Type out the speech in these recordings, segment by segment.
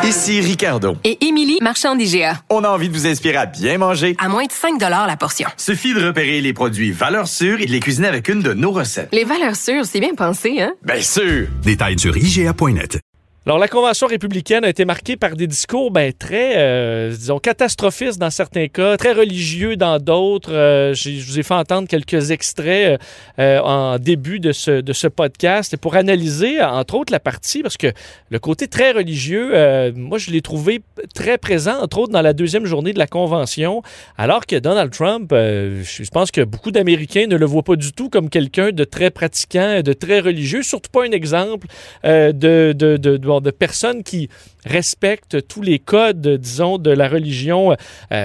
Ici Ricardo. Et Émilie, marchand d'IGA. On a envie de vous inspirer à bien manger. À moins de 5 $ la portion. Suffit de repérer les produits valeurs sûres et de les cuisiner avec une de nos recettes. Les valeurs sûres, c'est bien pensé, hein? Bien sûr! Détails sur IGA.net. Alors, la Convention républicaine a été marquée par des discours très, disons, catastrophistes dans certains cas, très religieux dans d'autres. Je vous ai fait entendre quelques extraits en début de ce podcast pour analyser, entre autres, la partie, parce que le côté très religieux, moi, je l'ai trouvé très présent, entre autres, dans la deuxième journée de la Convention, alors que Donald Trump, je pense que beaucoup d'Américains ne le voient pas du tout comme quelqu'un de très pratiquant, de très religieux, surtout pas un exemple de personnes qui respectent tous les codes, disons, de la religion.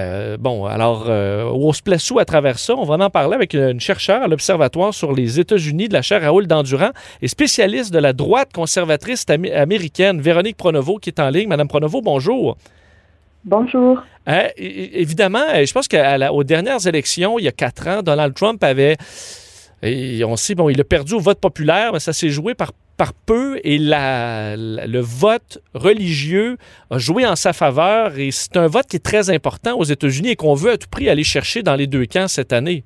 On se place où à travers ça? On va en parler avec une chercheure à l'Observatoire sur les États-Unis de la chaire Raoul Dandurand et spécialiste de la droite conservatrice américaine, Véronique Pronovo, qui est en ligne. Madame Pronovo, bonjour. Bonjour. Évidemment, je pense qu'aux dernières élections, il y a 4 ans, Donald Trump avait... Et on sait, il a perdu au vote populaire, mais ça s'est joué par peu et le vote religieux a joué en sa faveur et c'est un vote qui est très important aux États-Unis et qu'on veut à tout prix aller chercher dans les deux camps cette année.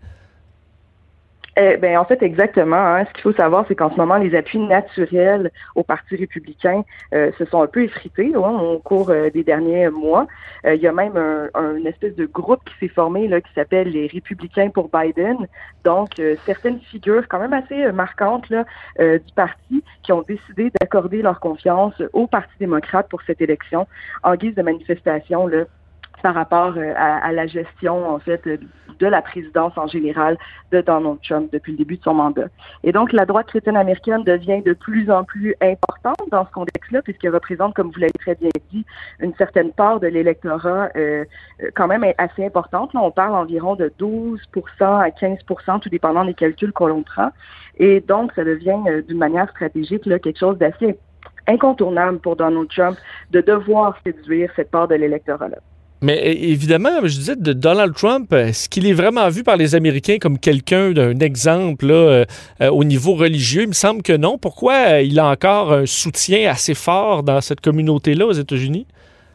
En fait, exactement. Ce qu'il faut savoir, c'est qu'en ce moment, les appuis naturels au Parti républicain se sont un peu effrités au cours des derniers mois. Il y a même une espèce de groupe qui s'est formé là, qui s'appelle les Républicains pour Biden. Donc, certaines figures quand même assez marquantes là, du parti qui ont décidé d'accorder leur confiance au Parti démocrate pour cette élection en guise de manifestation là, par rapport à la gestion, en fait, de la présidence en général de Donald Trump depuis le début de son mandat. Et donc, la droite chrétienne américaine devient de plus en plus importante dans ce contexte-là, puisqu'elle représente, comme vous l'avez très bien dit, une certaine part de l'électorat quand même assez importante. Là, on parle environ de 12% à 15%, tout dépendant des calculs que l'on prend. Et donc, ça devient d'une manière stratégique là, quelque chose d'assez incontournable pour Donald Trump de devoir séduire cette part de l'électorat-là. Mais évidemment, je disais, de Donald Trump, est-ce qu'il est vraiment vu par les Américains comme quelqu'un d'un exemple là, au niveau religieux? Il me semble que non. Pourquoi il a encore un soutien assez fort dans cette communauté-là aux États-Unis?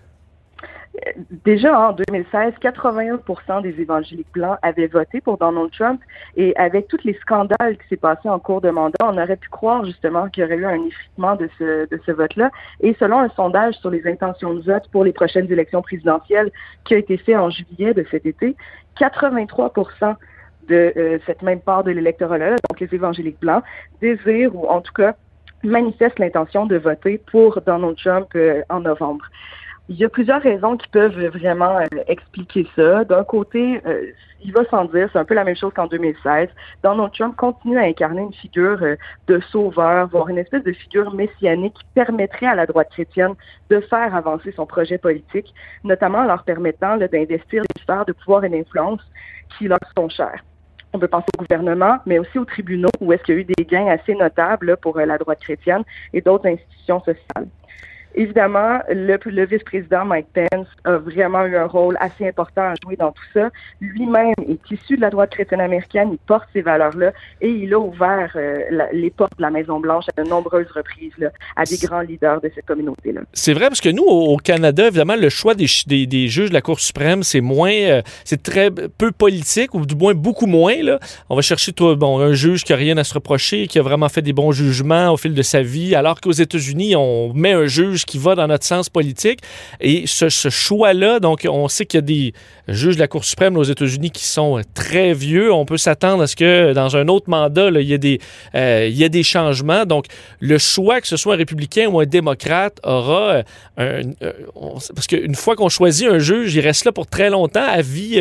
Déjà, en 2016, 81% des évangéliques blancs avaient voté pour Donald Trump et avec tous les scandales qui s'est passé en cours de mandat, on aurait pu croire justement qu'il y aurait eu un effritement de ce vote-là. Et selon un sondage sur les intentions de vote pour les prochaines élections présidentielles qui a été fait en juillet de cet été, 83% de cette même part de l'électorat-là, donc les évangéliques blancs, désirent ou en tout cas manifestent l'intention de voter pour Donald Trump en novembre. Il y a plusieurs raisons qui peuvent vraiment expliquer ça. D'un côté, il va sans dire, c'est un peu la même chose qu'en 2016. Donald Trump continue à incarner une figure de sauveur, voire une espèce de figure messianique qui permettrait à la droite chrétienne de faire avancer son projet politique, notamment en leur permettant là, d'investir des sphères de pouvoir et d'influence qui leur sont chères. On peut penser au gouvernement, mais aussi aux tribunaux, où est-ce qu'il y a eu des gains assez notables là, pour la droite chrétienne et d'autres institutions sociales. Évidemment, le vice-président Mike Pence a vraiment eu un rôle assez important à jouer dans tout ça. Lui-même est issu de la droite chrétienne américaine, il porte ces valeurs-là et il a ouvert les portes de la Maison-Blanche à de nombreuses reprises là, à des grands leaders de cette communauté-là. C'est vrai, parce que nous, au Canada, évidemment, le choix des juges de la Cour suprême, c'est moins, c'est très peu politique, ou du moins beaucoup moins. Là. On va chercher un juge qui n'a rien à se reprocher, qui a vraiment fait des bons jugements au fil de sa vie, alors qu'aux États-Unis, on met un juge qui va dans notre sens politique. Et ce choix-là, donc on sait qu'il y a des juges de la Cour suprême aux États-Unis qui sont très vieux. On peut s'attendre à ce que dans un autre mandat, là, il y a des changements. Donc, le choix, que ce soit un républicain ou un démocrate, aura parce qu'une fois qu'on choisit un juge, il reste là pour très longtemps, à vie.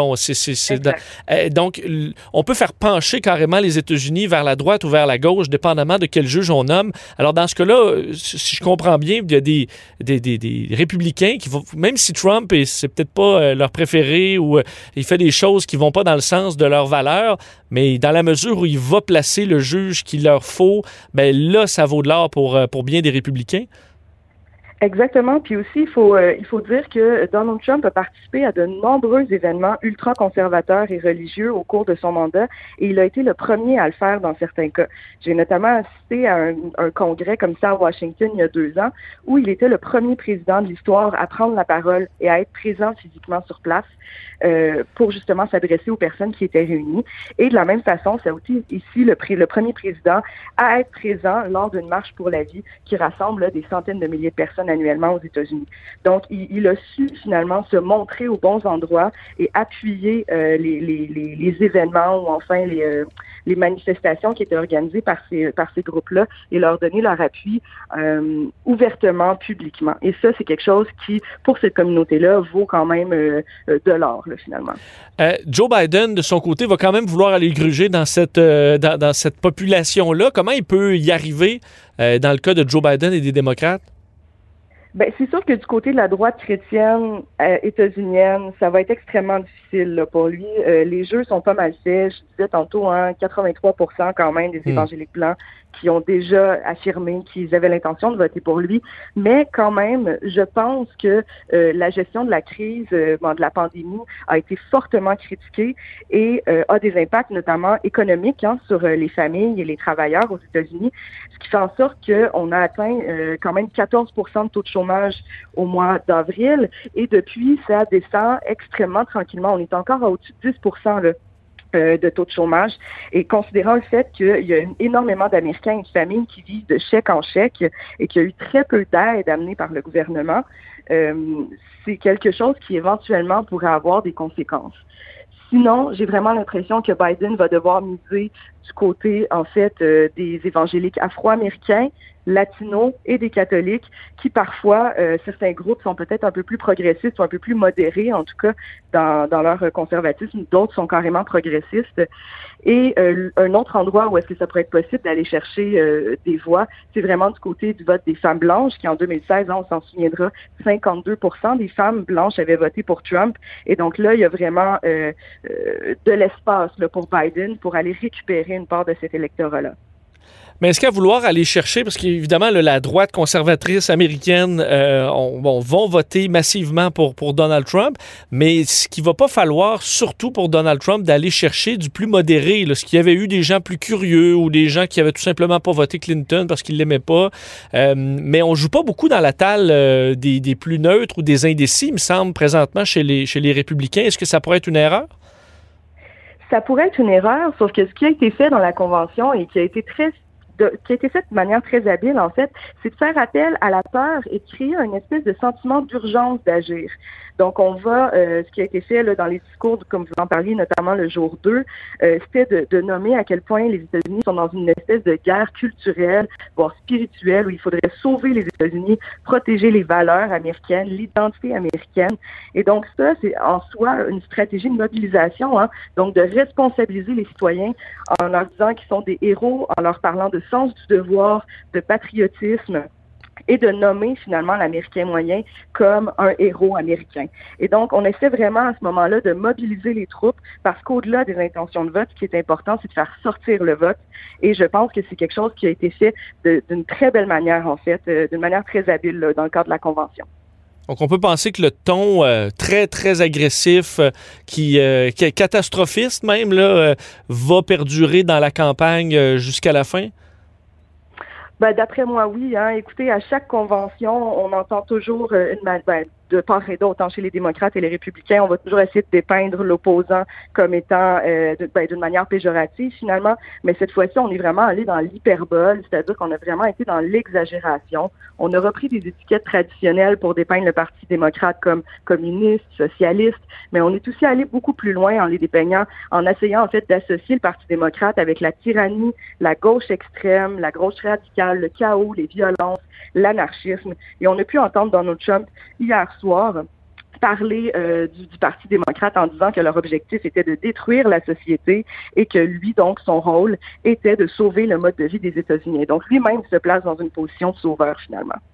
Donc, on peut faire pencher carrément les États-Unis vers la droite ou vers la gauche, dépendamment de quel juge on nomme. Alors, dans ce cas-là, si je comprends bien, il y a des républicains qui vont, même si Trump, c'est peut-être pas leur préféré ou il fait des choses qui vont pas dans le sens de leurs valeurs, mais dans la mesure où il va placer le juge qu'il leur faut, ben là, ça vaut de l'or pour bien des républicains. Exactement. Puis aussi, il faut dire que Donald Trump a participé à de nombreux événements ultra-conservateurs et religieux au cours de son mandat et il a été le premier à le faire dans certains cas. J'ai notamment assisté à un congrès comme ça à Washington il y a 2 ans où il était le premier président de l'histoire à prendre la parole et à être présent physiquement sur place pour justement s'adresser aux personnes qui étaient réunies. Et de la même façon, c'est aussi ici le premier président à être présent lors d'une marche pour la vie qui rassemble là, des centaines de milliers de personnes annuellement aux États-Unis. Donc, il a su finalement se montrer aux bons endroits et appuyer les événements ou enfin les manifestations qui étaient organisées par ces groupes-là et leur donner leur appui ouvertement, publiquement. Et ça, c'est quelque chose qui, pour cette communauté-là, vaut quand même de l'or, là, finalement. Joe Biden, de son côté, va quand même vouloir aller gruger dans cette population-là. Comment il peut y arriver dans le cas de Joe Biden et des démocrates? Ben, c'est sûr que du côté de la droite chrétienne états-unienne, ça va être extrêmement difficile là, pour lui. Les jeux sont pas mal faits. Je disais tantôt, 83% quand même des évangéliques blancs qui ont déjà affirmé qu'ils avaient l'intention de voter pour lui. Mais quand même, je pense que la gestion de la crise, de la pandémie, a été fortement critiquée et a des impacts notamment économiques sur les familles et les travailleurs aux États-Unis, ce qui fait en sorte qu'on a atteint quand même 14% de taux de chômage au mois d'avril et depuis, ça descend extrêmement tranquillement. On est encore au-dessus de 10% là, de taux de chômage. Et considérant le fait qu'il y a énormément d'Américains et de familles qui vivent de chèque en chèque et qu'il y a eu très peu d'aide amenée par le gouvernement, c'est quelque chose qui éventuellement pourrait avoir des conséquences. Sinon, j'ai vraiment l'impression que Biden va devoir miser du côté, en fait, des évangéliques afro-américains, latinos et des catholiques qui, parfois, certains groupes sont peut-être un peu plus progressistes ou un peu plus modérés, en tout cas, dans leur conservatisme. D'autres sont carrément progressistes. Et un autre endroit où est-ce que ça pourrait être possible d'aller chercher des voix, c'est vraiment du côté du vote des femmes blanches, qui en 2016, on s'en souviendra, 52% des femmes blanches avaient voté pour Trump. Et donc là, il y a vraiment de l'espace là, pour Biden pour aller récupérer une part de cet électorat-là. Mais est-ce qu'à vouloir aller chercher, parce qu'évidemment, la droite conservatrice américaine vont voter massivement pour Donald Trump, mais ce qu'il ne va pas falloir, surtout pour Donald Trump, d'aller chercher du plus modéré, là, ce qu'il y avait eu des gens plus curieux ou des gens qui avaient tout simplement pas voté Clinton parce qu'ils ne l'aimaient pas. Mais on ne joue pas beaucoup dans la talle des plus neutres ou des indécis, il me semble, présentement chez les républicains. Est-ce que ça pourrait être une erreur? Ça pourrait être une erreur, sauf que ce qui a été fait dans la Convention et qui a été fait de manière très habile, en fait, c'est de faire appel à la peur et de créer une espèce de sentiment d'urgence d'agir. Donc, on va, ce qui a été fait là, dans les discours, comme vous en parliez, notamment le jour 2, c'était de nommer à quel point les États-Unis sont dans une espèce de guerre culturelle, voire spirituelle, où il faudrait sauver les États-Unis, protéger les valeurs américaines, l'identité américaine. Et donc, ça, c'est en soi une stratégie de mobilisation, donc de responsabiliser les citoyens en leur disant qu'ils sont des héros, en leur parlant de sens du devoir, de patriotisme, et de nommer finalement l'Américain moyen comme un héros américain. Et donc, on essaie vraiment à ce moment-là de mobiliser les troupes parce qu'au-delà des intentions de vote, ce qui est important, c'est de faire sortir le vote. Et je pense que c'est quelque chose qui a été fait d'une très belle manière, en fait, d'une manière très habile là, dans le cadre de la Convention. Donc, on peut penser que le ton très, très agressif, qui est catastrophiste même, là, va perdurer dans la campagne jusqu'à la fin? Ben, d'après moi, oui. Écoutez, à chaque convention, on entend toujours de part et d'autre, chez les démocrates et les républicains, on va toujours essayer de dépeindre l'opposant comme étant d'une manière péjorative finalement, mais cette fois-ci, on est vraiment allé dans l'hyperbole, c'est-à-dire qu'on a vraiment été dans l'exagération. On a repris des étiquettes traditionnelles pour dépeindre le Parti démocrate comme communiste, socialiste, mais on est aussi allé beaucoup plus loin en les dépeignant, en essayant en fait d'associer le Parti démocrate avec la tyrannie, la gauche extrême, la gauche radicale, le chaos, les violences, l'anarchisme. Et on a pu entendre Donald Trump hier soir parler du Parti démocrate en disant que leur objectif était de détruire la société et que lui, donc, son rôle était de sauver le mode de vie des États-Unis. Donc, lui-même se place dans une position de sauveur, finalement.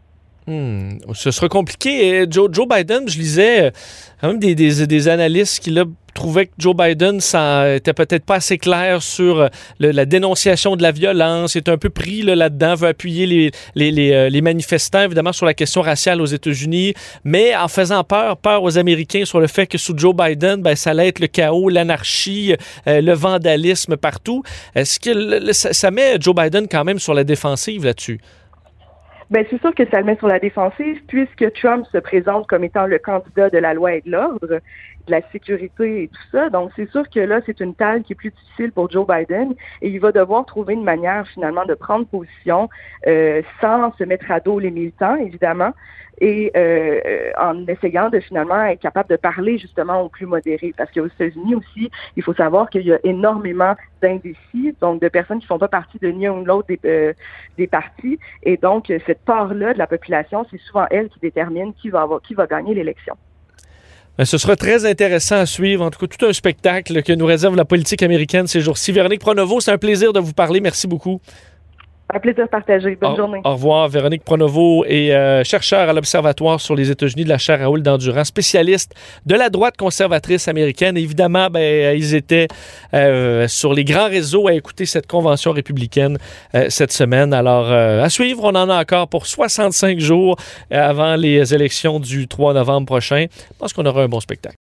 Ce sera compliqué. Joe Biden, je lisais quand même des analystes qui là, trouvaient que Joe Biden était peut-être pas assez clair sur la dénonciation de la violence. Il est un peu pris là-dedans, veut appuyer les manifestants, évidemment, sur la question raciale aux États-Unis, mais en faisant peur aux Américains sur le fait que sous Joe Biden, ça allait être le chaos, l'anarchie, le vandalisme partout. Est-ce que ça met Joe Biden quand même sur la défensive là-dessus? Ben, c'est sûr que ça le met sur la défensive puisque Trump se présente comme étant le candidat de la loi et de l'ordre, de la sécurité et tout ça. Donc, c'est sûr que là, c'est une tâche qui est plus difficile pour Joe Biden et il va devoir trouver une manière finalement de prendre position sans se mettre à dos les militants, évidemment, et en essayant de finalement être capable de parler justement aux plus modérés. Parce qu'aux États-Unis aussi, il faut savoir qu'il y a énormément d'indécis, donc de personnes qui ne font pas partie de ni un ou l'autre des partis. Et donc, cette part-là de la population, c'est souvent elle qui détermine qui va gagner l'élection. Ce sera très intéressant à suivre. En tout cas, tout un spectacle que nous réserve la politique américaine ces jours-ci. Véronique Pronovo, c'est un plaisir de vous parler. Merci beaucoup. Un plaisir partagé. Bonne journée. Au revoir. Véronique Pronovo est chercheure à l'Observatoire sur les États-Unis de la chaire Raoul Dandurand, spécialiste de la droite conservatrice américaine. Évidemment, ils étaient sur les grands réseaux à écouter cette convention républicaine cette semaine. Alors, à suivre, on en a encore pour 65 jours avant les élections du 3 novembre prochain. Je pense qu'on aura un bon spectacle.